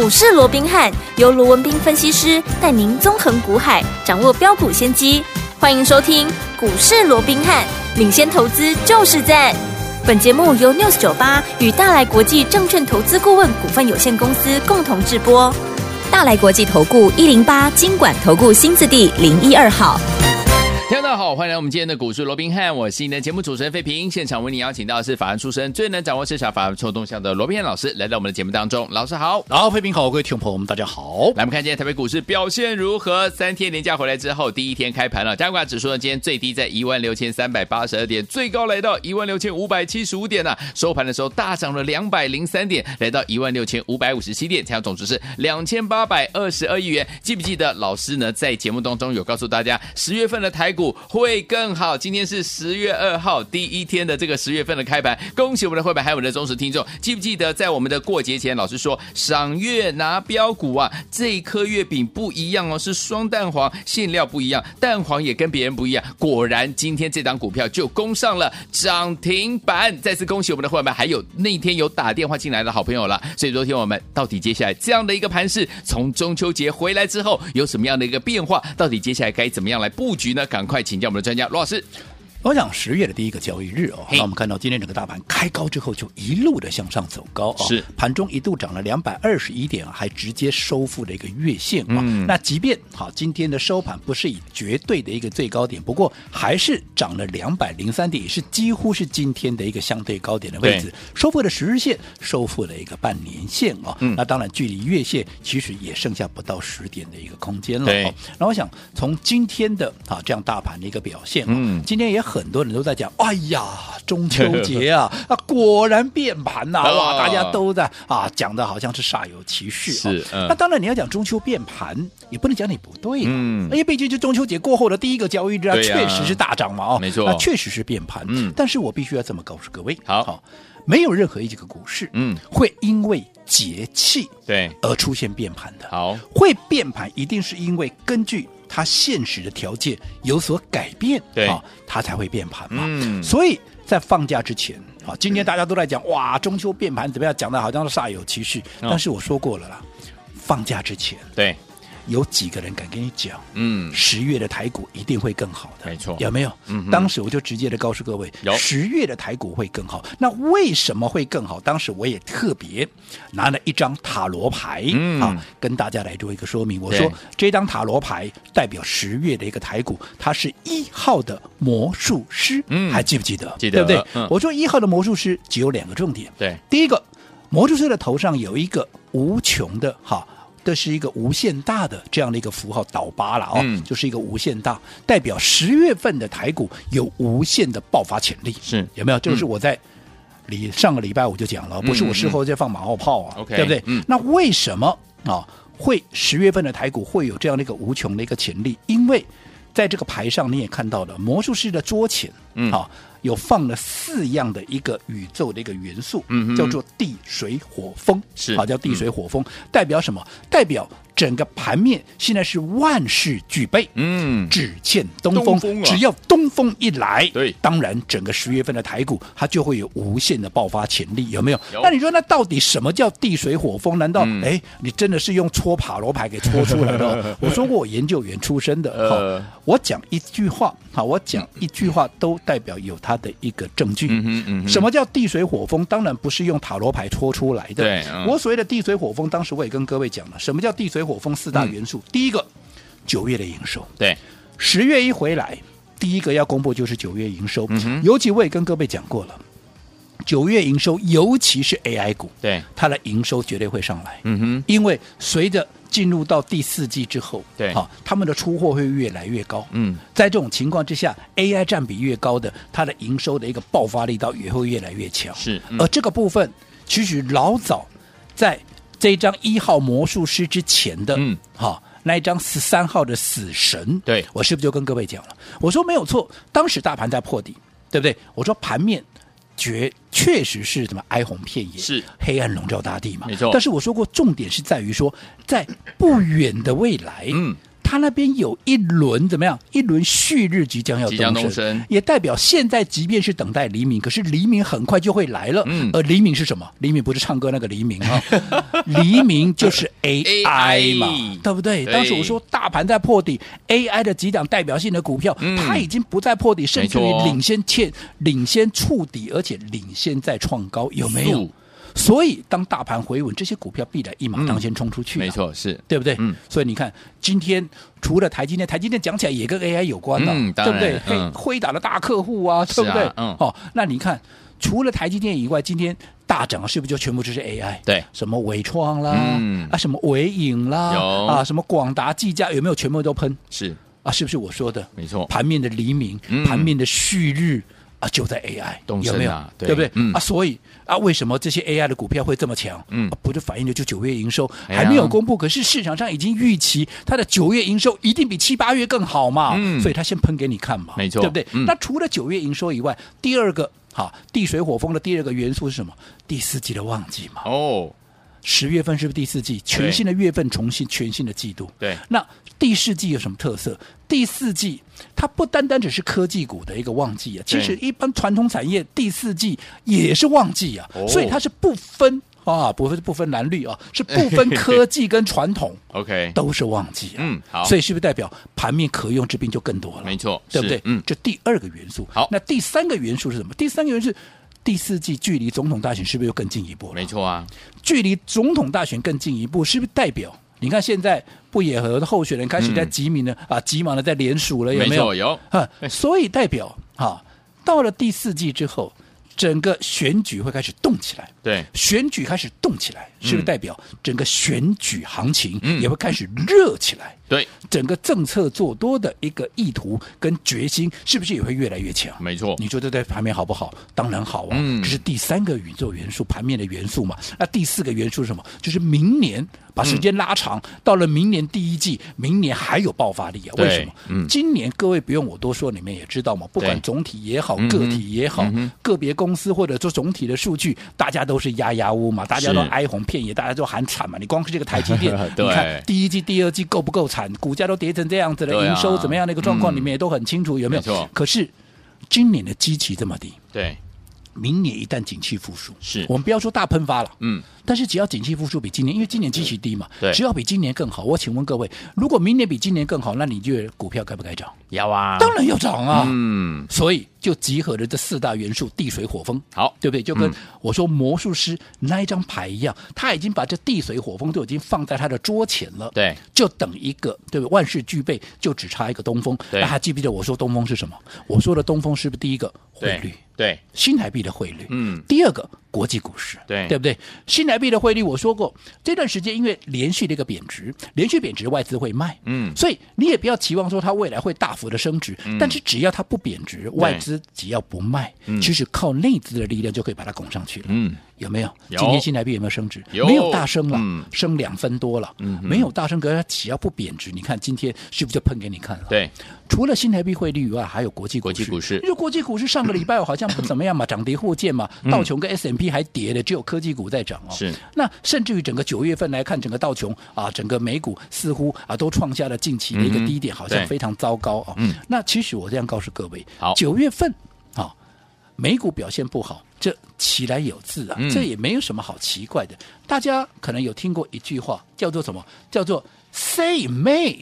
股市罗宾汉由罗文彬分析师带您纵横股海，掌握标股先机。欢迎收听股市罗宾汉，领先投资就是赞。本节目由 News98 与大来国际证券投资顾问股份有限公司共同制播。大来国际投顾108金管投顾新字第012号。 听众大家好，欢迎来我们今天的股市罗宾汉，我是你的节目主持人费平。现场为你邀请到的是法案出身、最能掌握市场法案臭动向的罗宾汉老师，来到我们的节目当中。老师好。 好，费平好，各位听众朋友们大家好。 来，我们看今天台北股市表现如何？3天连假回来之后，第一天开盘了，加权指数呢今天最低在16382点，最高来到16575点呢、收盘的时候大涨了203点，来到16557点，成交总值是2822亿元。记不记得老师呢在节目当中有告诉大家，10月份的台股会更好。今天是10月2号第一天的这个10月份的开盘，恭喜我们的会员还有我们的忠实听众。记不记得在我们的过节前，老师说赏月拿标股啊，这一颗月饼不一样哦，是双蛋黄，馅料不一样，蛋黄也跟别人不一样。果然今天这档股票就攻上了涨停板，再次恭喜我们的会员，还有那天有打电话进来的好朋友了。所以昨天我们到底接下来这样的一个盘势，从中秋节回来之后有什么样的一个变化？到底接下来该怎么样来布局呢？赶快请教我们的专家罗老师。 我想10月的第一个交易日哦，那我们看到今天整个大盘开高之后就一路的向上走高哦， 是盘中一度涨了221点，还直接收复了一个月线哦。那即便好今天的收盘不是以绝对的一个最高点，不过还是涨了203点，也是几乎是今天的一个相对高点的位置，收复了10日线，收复了一个半年线哦。那当然距离月线其实也剩下不到10点的一个空间了哦。那我想从今天的这样大盘的一个表现哦，今天也很多人都在讲，哎呀，中秋节啊，果然变盘呐、哇，大家都在讲的好像是煞有其事、 是。 那当然你要讲中秋变盘，也不能讲你不对啊，因为毕竟是中秋节过后的第一个交易日啊，确实是大涨嘛哦， 没错， 那确实是变盘。但是我必须要这么告诉各位， 好， 没有任何一个股市，会因为节气对而出现变盘的。 好， 会变盘一定是因为根据它现实的条件有所改变， 对， 它才会变盘嘛。所以在放假之前，今天大家都在讲哇，中秋变盘怎么样，讲的好像是煞有其事。但是我说过了啦，放假之前， 对。 有几个人敢跟你讲，10月的台股一定会更好的？ 没错， 有没有？当时我就直接的告诉各位，10月的台股会更好。那为什么会更好？当时我也特别拿了一张塔罗牌，跟大家来做一个说明。我说这张塔罗牌代表10月的一个台股，它是1号的魔术师，还记不记得？ 记得， 对不对？我说1号的魔术师只有2个重点， 对， 第一个，魔术师的头上有一个无穷的这是一个无限大的这样的一个符号，倒八了就是一个无限大，代表10月份的台股有无限的爆发潜力， 是有没有？这个是我在上个礼拜我就讲了，不是我事后再放马后炮啊，对不对？那为什么会10月份的台股会有这样的一个无穷的一个潜力？因为在这个牌上你也看到了，魔术师的桌前有放了4样的一个宇宙的一个元素，叫做地水火风， 是叫地水火风，代表什么？代表整个盘面现在是万事俱备，只欠东风，只要东风一来， 对， 当然整个10月份的台股它就会有无限的爆发潜力，有没有？那你说那到底什么叫地水火风？难道你真的是用搓塔罗牌给搓出来的？我说过我研究员出身的，我讲一句话，都代表有它的一个证据。什么叫地水火风？当然不是用塔罗牌搓出来的。 对， 我所谓的地水火风，当时我也跟各位讲了，什么叫地水火风4大元素？第一个，9月的营收。 对 ，10月一回来，第一个要公布就是9月营收。尤其我也跟各位讲过了，9月营收，尤其是 AI 股，对，它的营收绝对会上来。因为随着进入到第4季之后，对，他们的出货会越来越高。在这种情况之下，AI 占比越高的，它的营收的一个爆发力道也会越来越强。是，而这个部分其实老早在这一张1号魔术师之前的，那一张13号的死神，对，我是不是就跟各位讲了？我说没有错，当时大盘在破底，对不对？我说盘面确实是什么哀鸿遍野，是黑暗笼罩大地嘛，没错。但是我说过，重点是在于说，在不远的未来， 它那边有一轮怎么样？一轮旭日即将要东升，也代表现在即便是等待黎明，可是黎明很快就会来了。而黎明是什么？黎明不是唱歌那个黎明啊，黎明就是 AI 嘛，对不对？当时我说大盘在破底 ，AI 的几档代表性的股票，它已经不再破底，甚至于领先触底，而且领先在创高，有没有？所以当大盘回稳，这些股票必然一马当先冲出去， 没错，是对不对？所以你看，今天除了台积电讲起来也跟 AI 有关了，对不对？辉达的大客户啊，对不对？那你看，除了台积电以外，今天大涨的是不是就全部就是 AI？ 对， 什么伟创啦，什么伟影啦，什么广达、技嘉，有没有全部都喷？ 是啊，是不是我说的？ 没错， 盘面的黎明，盘面的旭日。就在 AI 有没有？对不对？所以为什么这些 AI 的股票会这么强？不就反映的就9月营收还没有公布，可是市场上已经预期它的9月营收一定比7、8月更好嘛，所以它先喷给你看嘛， 没错， 对不对？那除了9月营收以外，第二个地水火风的第二个元素是什么？第四季的旺季嘛。10月份是不是第四季？全新的月份，全新的季度。 对， 那第四季有什么特色？第四季它不单单只是科技股的一个旺季啊，其实一般传统产业第四季也是旺季啊，所以它是不分不分蓝绿啊，是不分科技跟传统 ，OK， 都是旺季啊。 好， 所以是不是代表盘面可用之兵就更多了？ 没错， 对不对？这第二个元素。 好， 那第三个元素是什么？第三个元素。第四季距离总统大选是不是又更进一步了？ 没错啊， 距离总统大选更进一步，是不是代表你看现在不野和的候选人开始在急忙的在联署了，有没有？ 没错，有。 所以代表到了第四季之后，整个选举会开始动起来。 对， 选举开始动起来，是不是代表整个选举行情也会开始热起来？ 对， 整个政策做多的一个意图跟决心，是不是也会越来越强？ 没错， 你说这对盘面好不好？当然好啊，这是第三个宇宙元素，盘面的元素嘛。那第四个元素是什么？就是明年把时间拉长，到了明年第一季，明年还有爆发力啊？为什么？今年各位不用我多说，你们也知道嘛。不管总体也好，个体也好，个别公司或者说总体的数据，大家都是压乌嘛，大家都哀鸿遍野，大家都喊惨嘛。你光是这个台积电，你看第一季、第二季够不够惨？股价都跌成这样子了，营收怎么样的一个状况，你们也都很清楚，有没有？ 没错。 可是今年的基期这么低， 对， 明年一旦景气复苏， 是我们不要说大喷发了，但是只要景气复苏比今年，因为今年基期低嘛，只要比今年更好，我请问各位，如果明年比今年更好，那你觉得股票该不该涨？ 要啊， 当然要涨啊。所以就集合了这四大元素，地水火风，好，对不对？就跟我说魔术师那一张牌一样，他已经把这地水火风都已经放在他的桌前了， 对， 就等一个，对不对？万事俱备，就只差一个东风。那还记不记得我说东风是什么？我说的东风是不是第一个汇率？ 对， 新台币的汇率。第二个国际股市，对不对？新台币的汇率，我说过，这段时间因为连续的一个贬值，外资会卖，所以你也不要期望说它未来会大幅的升值，但是只要它不贬值，外资只要不卖，其实靠内资的力量就可以把它拱上去了。有没有？今天新台币有没有升值？没有大升了，升2分多了，没有大升，可是它只要不贬值，你看今天是不是就喷给你看了？ 对， 除了新台币汇率以外，还有国际股市。因为国际股市上个礼拜好像不怎么样嘛，涨跌互见嘛，道琼跟 S&P 还跌的，只有科技股在涨哦。 是， 那甚至于整个9月份来看，整个道琼整个美股似乎都创下了近期的一个低点，好像非常糟糕啊。那其实我这样告诉各位，9月份美股表现不好，这其来有自啊，这也没有什么好奇怪的。大家可能有听过一句话，叫做什么？叫做 "Say May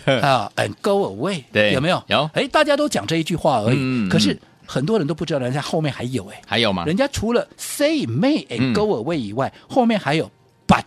and go away"， 有没有？ 有。 大家都讲这一句话而已，可是很多人都不知道人家后面还有还有吗？ 人家除了 "Say May and go away" 以外，后面还有 "But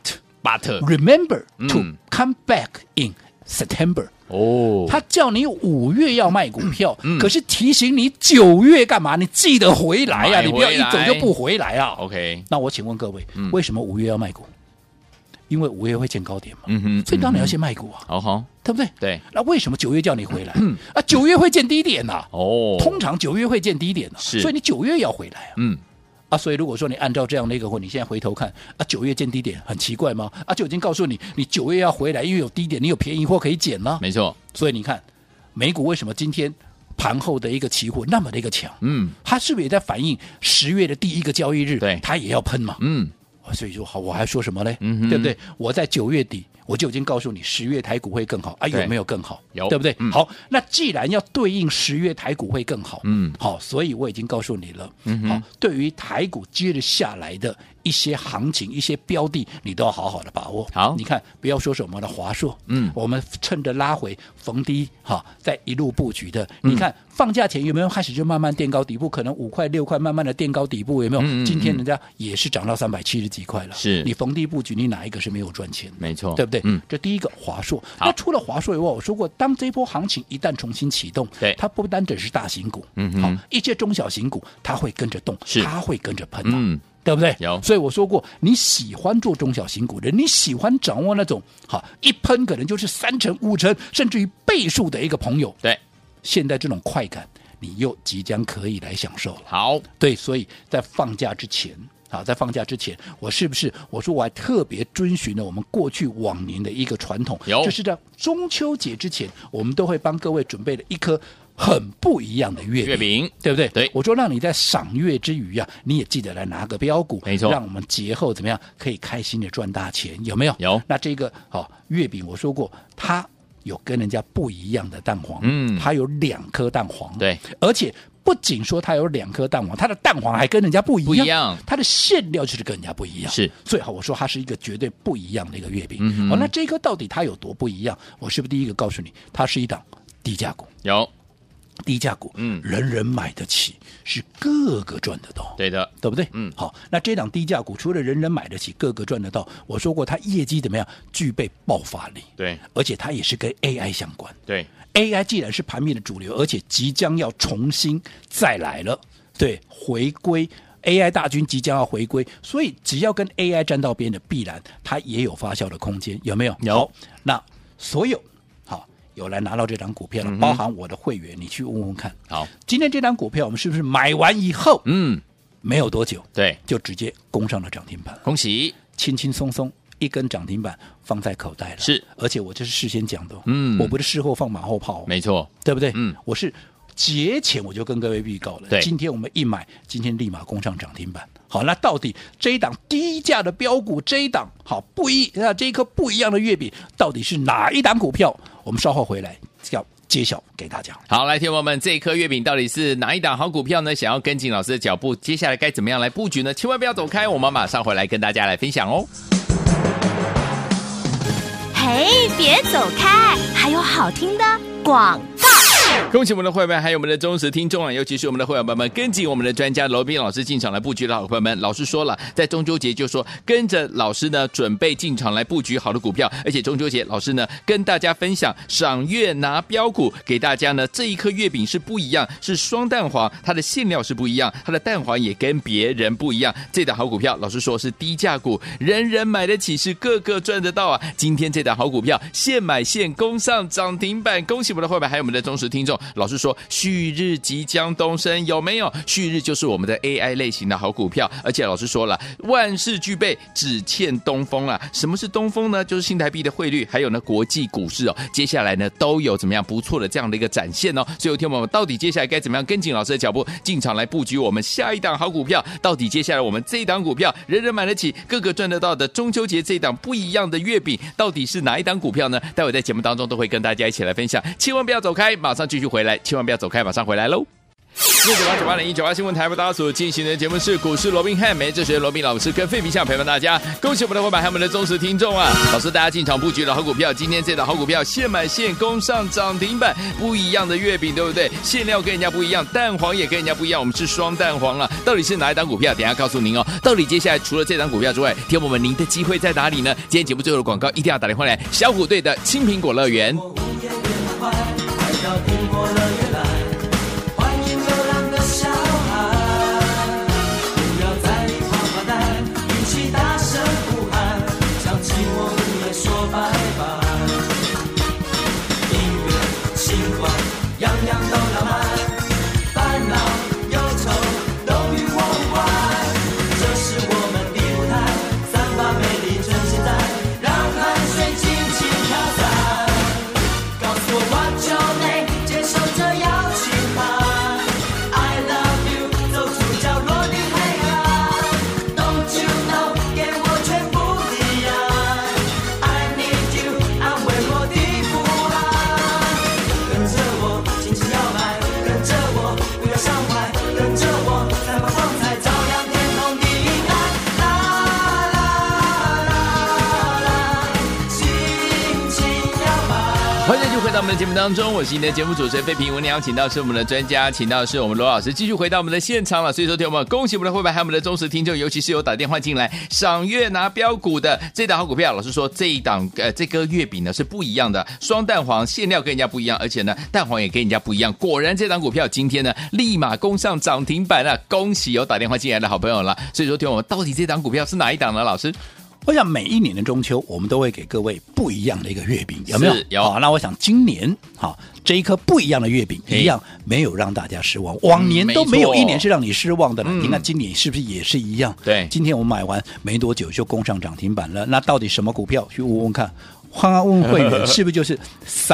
remember to come back in September"。他叫你5月要卖股票，可是提醒你9月干嘛？你记得回来啊！你不要一走就不回来啊 ！OK， 那我请问各位，为什么5月要卖股？因为5月会见高点嘛，所以当然要先卖股啊，对不对？ 对。 那为什么9月叫你回来？9月会见低点呐，通常9月会见低点呐，所以你9月要回来啊。所以如果说你按照这样的一个你现在回头看9月见低点，很奇怪吗？就已经告诉你9月要回来，因为有低点，你有便宜货可以捡呢。 没错。 所以你看，美股为什么今天盘后的一个期货那么的一个强？它是不是也在反映10月的第一个交易日，它也要喷嘛？ 所以说好，我还说什么嘞？对不对？我在9月底我就已经告诉你10月台股会更好啊，有没有更好？ 有， 对不对？好，那既然要对应10月台股会更好，好，所以我已经告诉你了，好，对于台股接着下来的一些行情、一些标的，你都要好好的把握。 好， 你看，不要说什么的华硕，我们趁着拉回逢低，再一路布局的，你看放假前有没有开始就慢慢垫高底部？可能5块6块慢慢的垫高底部，有没有？今天人家也是涨到370几块了， 是你逢低布局，你哪一个是没有赚钱的？ 没错， 对不对？这第一个华硕。那除了华硕以外，我说过，当这波行情一旦重新启动， 对， 它不单只是大型股，好，一些中小型股它会跟着动，它会跟着喷，对不对？ 有， 所以我说过，你喜欢做中小型股的，你喜欢掌握那种一喷可能就是3成5成甚至于倍数的一个朋友， 对， 现在这种快感你又即将可以来享受了。 好， 对，所以在放假之前。在放假之前，我是不是我说我还特别遵循了我们过去往年的一个传统，就是在中秋节之前，我们都会帮各位准备了一颗很不一样的月饼，对不对？ 对， 我说让你在赏月之余啊，你也记得来拿个标股， 没错， 让我们节后怎么样可以开心的赚大钱，有没有？ 有。 那这个月饼，我说过它有跟人家不一样的蛋黄，它有2颗蛋黄， 对， 而且。不仅说它有2颗蛋黄，它的蛋黄还跟人家不一样，它的馅料就是跟人家不一样， 是， 所以我说它是一个绝对不一样的一个月饼。那这颗到底它有多不一样？我是不是第一个告诉你，它是一档低价股？ 有。 低价股，人人买得起，是个个赚得到， 对的， 对不对？好，那这档低价股除了人人买得起，个个赚得到，我说过它业绩怎么样，具备爆发力， 对， 而且它也是跟 AI 相关， 对 ，AI 既然是盘面的主流，而且即将要重新再来了，对，回归。AI 大军即将要回归，所以只要跟 AI 沾到边的，必然它也有发酵的空间，有没有？ 有。 那所有有来拿到这档股票了，包含我的会员，你去问问看。 好， 今天这档股票我们是不是买完以后，没有多久， 对， 就直接攻上了涨停板？ 恭喜， 轻轻松松一根涨停板放在口袋了。 是， 而且我这是事先讲的，我不是事后放马后炮， 没错， 对不对？我是节前我就跟各位预告了， 对， 今天我们一买，今天立马攻上涨停板。好，那到底这一档低价的标股，这一档这一颗不一样的月饼，到底是哪一档股票？我们稍后回来要揭晓给大家。 好，来，听众朋友们，这一颗月饼到底是哪一档好股票呢？想要跟紧老师的脚步，接下来该怎么样来布局呢？千万不要走开，我们马上回来跟大家来分享哦。 嘿，别走开，还有好听的广告。 恭喜我们的会员还有我们的忠实听众啊，尤其是我们的会员朋友们，跟紧我们的专家罗宾老师进场来布局的好朋友们。老师说了，在中秋节就说跟着老师呢准备进场来布局好的股票，而且中秋节老师呢跟大家分享赏月拿标股，给大家呢这一颗月饼是不一样，是双蛋黄，它的馅料是不一样，它的蛋黄也跟别人不一样。这档好股票老师说是低价股，人人买得起，是个个赚得到啊。今天这档好股票现买现攻上涨停板，恭喜我们的会员还有我们的忠实听众。老师说旭日即将东升，有没有？旭日就是我们的 AI 类型的好股票，而且老师说了，万事俱备，只欠东风啊。什么是东风呢？就是新台币的汇率，还有呢国际股市哦，接下来呢都有怎么样不错的这样的一个展现哦。所以听我们到底接下来该怎么样跟紧老师的脚步进场来布局我们下一档好股票？到底接下来我们这一档股票人人买得起，个个赚得到的中秋节这一档不一样的月饼，到底是哪一档股票呢？待会在节目当中都会跟大家一起来分享，千万不要走开，马上继续回来，千万不要走开，马上回来喽。98980198新闻台为大家所进行的节目是股市罗宾汉，每日这时罗宾老师跟费比相陪伴大家。恭喜我们的伙伴还有我们的忠实听众啊！老师，大家进场布局的好股票，今天这档好股票现买现攻上涨停板，不一样的月饼，对不对？馅料跟人家不一样，蛋黄也跟人家不一样，我们是双蛋黄啊！到底是哪一档股票？等一下告诉您哦。到底接下来除了这档股票之外，听我们您的机会在哪里呢？今天节目最后的广告一定要打电话来，小虎队的青苹果乐园。 我们的节目当中，我是你的节目主持人费平。我们邀请到是我们的专家，请到是我们罗老师，继续回到我们的现场了。所以说，听我们恭喜我们的会员还有我们的忠实听众，尤其是有打电话进来赏月拿标股的这档好股票。老师说这一档这个月饼呢是不一样的，双蛋黄馅料跟人家不一样，而且呢蛋黄也跟人家不一样。果然这档股票今天呢立马攻上涨停板了，恭喜有打电话进来的好朋友了。所以说，听我们到底这档股票是哪一档呢？老师？ 我想每一年的中秋，我们都会给各位不一样的一个月饼，有没有？ 有。 好，那我想今年好这一颗不一样的月饼，一样没有让大家失望。往年都没有一年是让你失望的了。你看今年是不是也是一样？ 对， 今天我们买完没多久就攻上涨停板了。那到底什么股票？去问问看。问会员是不是就是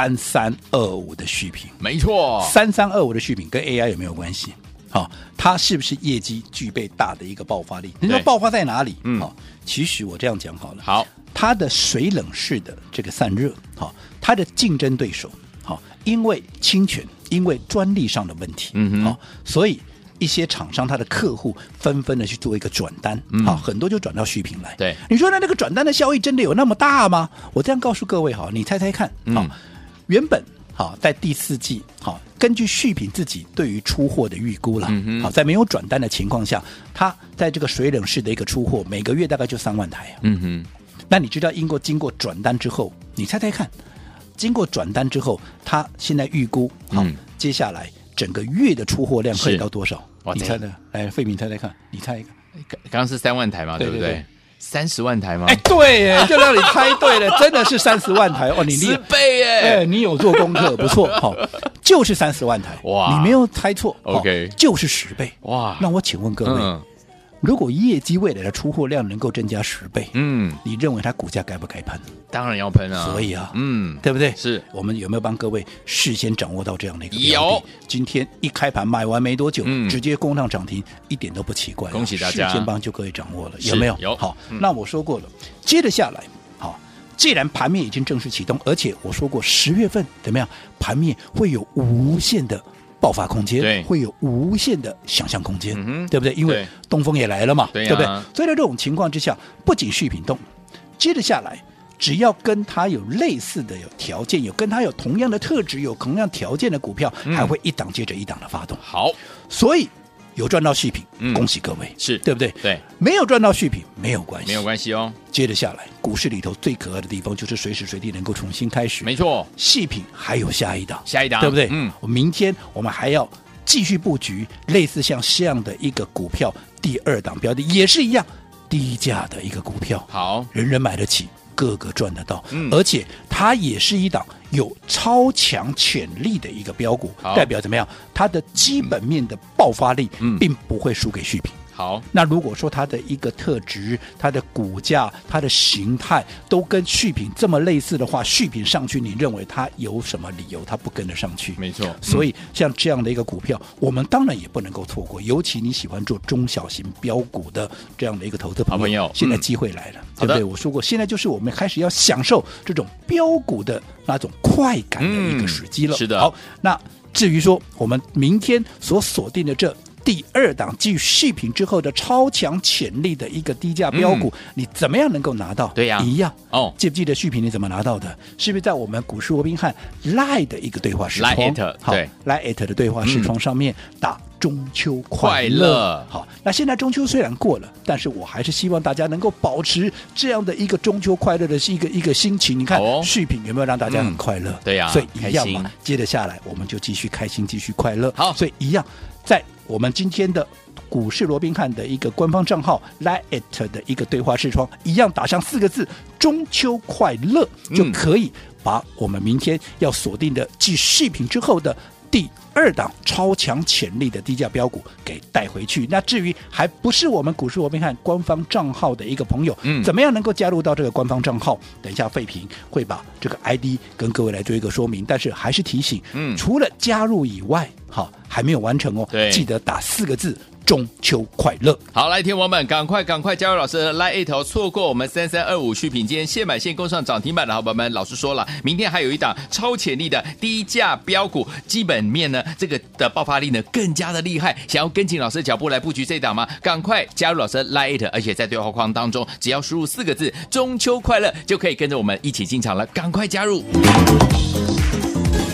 3325的续品？ 没错 ，3325的续品跟 AI 有没有关系？好，它是不是业绩具备大的一个爆发力？你说爆发在哪里？好，其实我这样讲好了。 好， 它的水冷式的这个散热，好，它的竞争对手，好，因为侵权，因为专利上的问题，好，所以一些厂商他的客户纷纷的去做一个转单，好，很多就转到续品来。 对， 你说那个转单的效益真的有那么大吗？我这样告诉各位，好，你猜猜看，好，原本。好，在第4季，好，根据续品自己对于出货的预估了，好，在没有转单的情况下，它在这个水冷式的一个出货，每个月大概就3万台。那你知道经过转单之后，你猜猜看，经过转单之后，它现在预估，好，接下来整个月的出货量可以到多少？你猜的，来，费平猜猜看，你猜一个， 刚刚是3万台嘛，对不对？30万台吗？ 哎，对耶，就让你猜对了，真的是30万台哦！你 10倍耶！ 哎，你有做功课，不错，好，就是30万台，哇，你没有猜错 ，OK， 就是10倍， 哇！ 那我请问各位，如果业绩未来的出货量能够增加10倍，你认为它股价该不该喷？ 当然要喷啊！ 所以啊，对不对？ 是我们有没有帮各位事先掌握到这样的一个标的？ 有， 今天一开盘买完没多久，直接攻上涨停，一点都不奇怪。 恭喜大家， 事先帮就各位掌握了，有没有？ 有。 好，那我说过了，接着下来，好，既然盘面已经正式启动，而且我说过10月份怎么样，盘面会有无限的爆发空间， 对， 会有无限的想象空间，对不对？因为东风也来了嘛，对不对？所以在这种情况之下，不仅续品动，接着下来，只要跟它有类似的有条件，有跟它有同样的特质、有同样条件的股票，还会一档接着一档的发动。 好， 所以有赚到续品，恭喜各位， 是对不对？ 对， 没有赚到续品没有关系， 没有关系哦。 接着下来，股市里头最可爱的地方就是随时随地能够重新开始。 没错， 续品还有下一档， 对不对？明天我们还要继续布局类似像这样的一个股票，第2档标的也是一样低价的一个股票， 好， 人人买得起，个个赚得到，而且它也是一档有超强潜力的一个标股，代表怎么样？它的基本面的爆发力并不会输给续品。 好， 那如果说它的一个特质、它的股价、它的形态都跟续品这么类似的话，续品上去，你认为它有什么理由它不跟得上去？ 没错， 所以像这样的一个股票，我们当然也不能够错过。尤其你喜欢做中小型标股的这样的一个投资朋友，现在机会来了，对不对？我说过，现在就是我们开始要享受这种标股的那种快感的一个时机了。 是的。 好，那至于说我们明天所锁定的这第2档继续品之后的超强潜力的一个低价标股，你怎么样能够拿到？ 对呀， 一样哦。 记不记得续品你怎么拿到的？是不是在我们股市罗宾汉 LINE 的一个对话视窗？ 好，对 ，LINE 的对话视窗上面打中秋快乐。好，那现在中秋虽然过了，但是我还是希望大家能够保持这样的一个中秋快乐的一个心情。你看续品有没有让大家很快乐？ 对呀， 所以一样嘛。接着下来，我们就继续开心，继续快乐。 好， 所以一样。在我们今天的股市罗宾汉的一个官方账号 LINE 的一个对话视窗，一样打上4个字中秋快乐，就可以把我们明天要锁定的继续品之后的第2档超强潜力的低价标股给带回去。那至于还不是我们股市罗宾汉官方账号的一个朋友，怎么样能够加入到这个官方账号？等一下费平会把这个 ID 跟各位来做一个说明，但是还是提醒，除了加入以外，好，还没有完成哦，记得打4个字中秋快乐。 好，来听我们赶快加入老师的 LINE， 错过我们3325续品今天现买现攻上涨停板的好朋友们，老师说了，明天还有一档超潜力的低价标股，基本面呢这个的爆发力呢更加的厉害，想要跟紧老师的脚步来布局这档吗？赶快加入老师的 LINE， 而且在对话框当中只要输入4个字中秋快乐，就可以跟着我们一起进场了，赶快加入。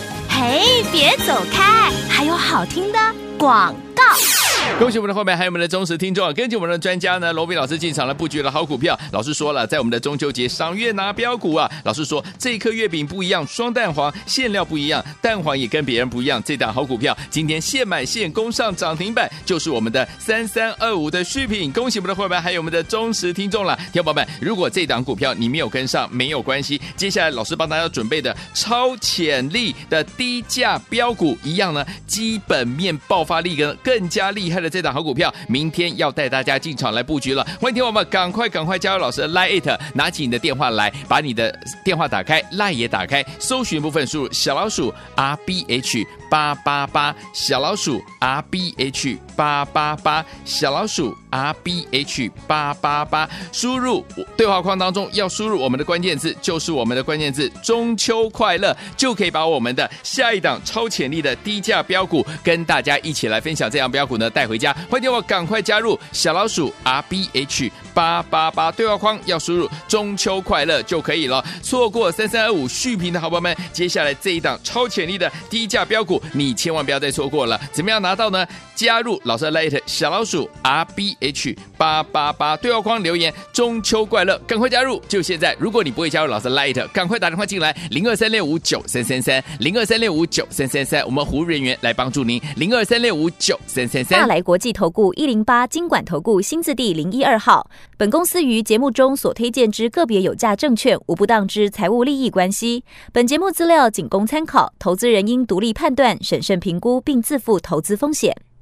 嘿，别走开，还有好听的广告。 恭喜我们的会员还有我们的忠实听众，根据我们的专家呢，罗宾老师进场了布局了好股票。老师说了，在我们的中秋节赏月拿标股啊，老师说这一颗月饼不一样，双蛋黄，馅料不一样，蛋黄也跟别人不一样。这档好股票今天现买现攻上涨停板，就是我们的3325的续品。恭喜我们的会员还有我们的忠实听众了，听众朋友们，如果这档股票你没有跟上没有关系，接下来老师帮大家准备的超潜力的低价标股一样呢，基本面爆发力跟更加厉害的这档好股票，明天要带大家进场来布局了。欢迎听我们赶快加入老师的 Line It， 拿起你的电话来，把你的电话打开， Line 也打开，搜寻部分输入小老鼠 RBH888， 小老鼠 RBH888， 小老鼠 RBH888， 输入对话框当中要输入我们的关键字，就是我们的关键字中秋快乐，就可以把我们的下一档超潜力的低价标股跟大家一起来分享。这样标股呢带回家，欢迎我赶快加入小老鼠 RBH888， 对话框要输入中秋快乐就可以了。错过3325续品的好朋友们，接下来这一档超潜力的低价标股你千万不要再错过了。怎么样拿到呢？加入老师的 Lite 小老鼠 RBH888， 对话框留言中秋快乐，赶快加入就现在。如果你不会加入老师的 Lite， 赶快打电话进来0236593333 0236593333，我们服务人员来帮助您0236593333。 大来国际投顾108金管投顾新字第012号。本公司于节目中所推荐之个别有价证券无不当之财务利益关系。本节目资料仅供参考，投资人应独立判断、审慎评估并自负投资风险。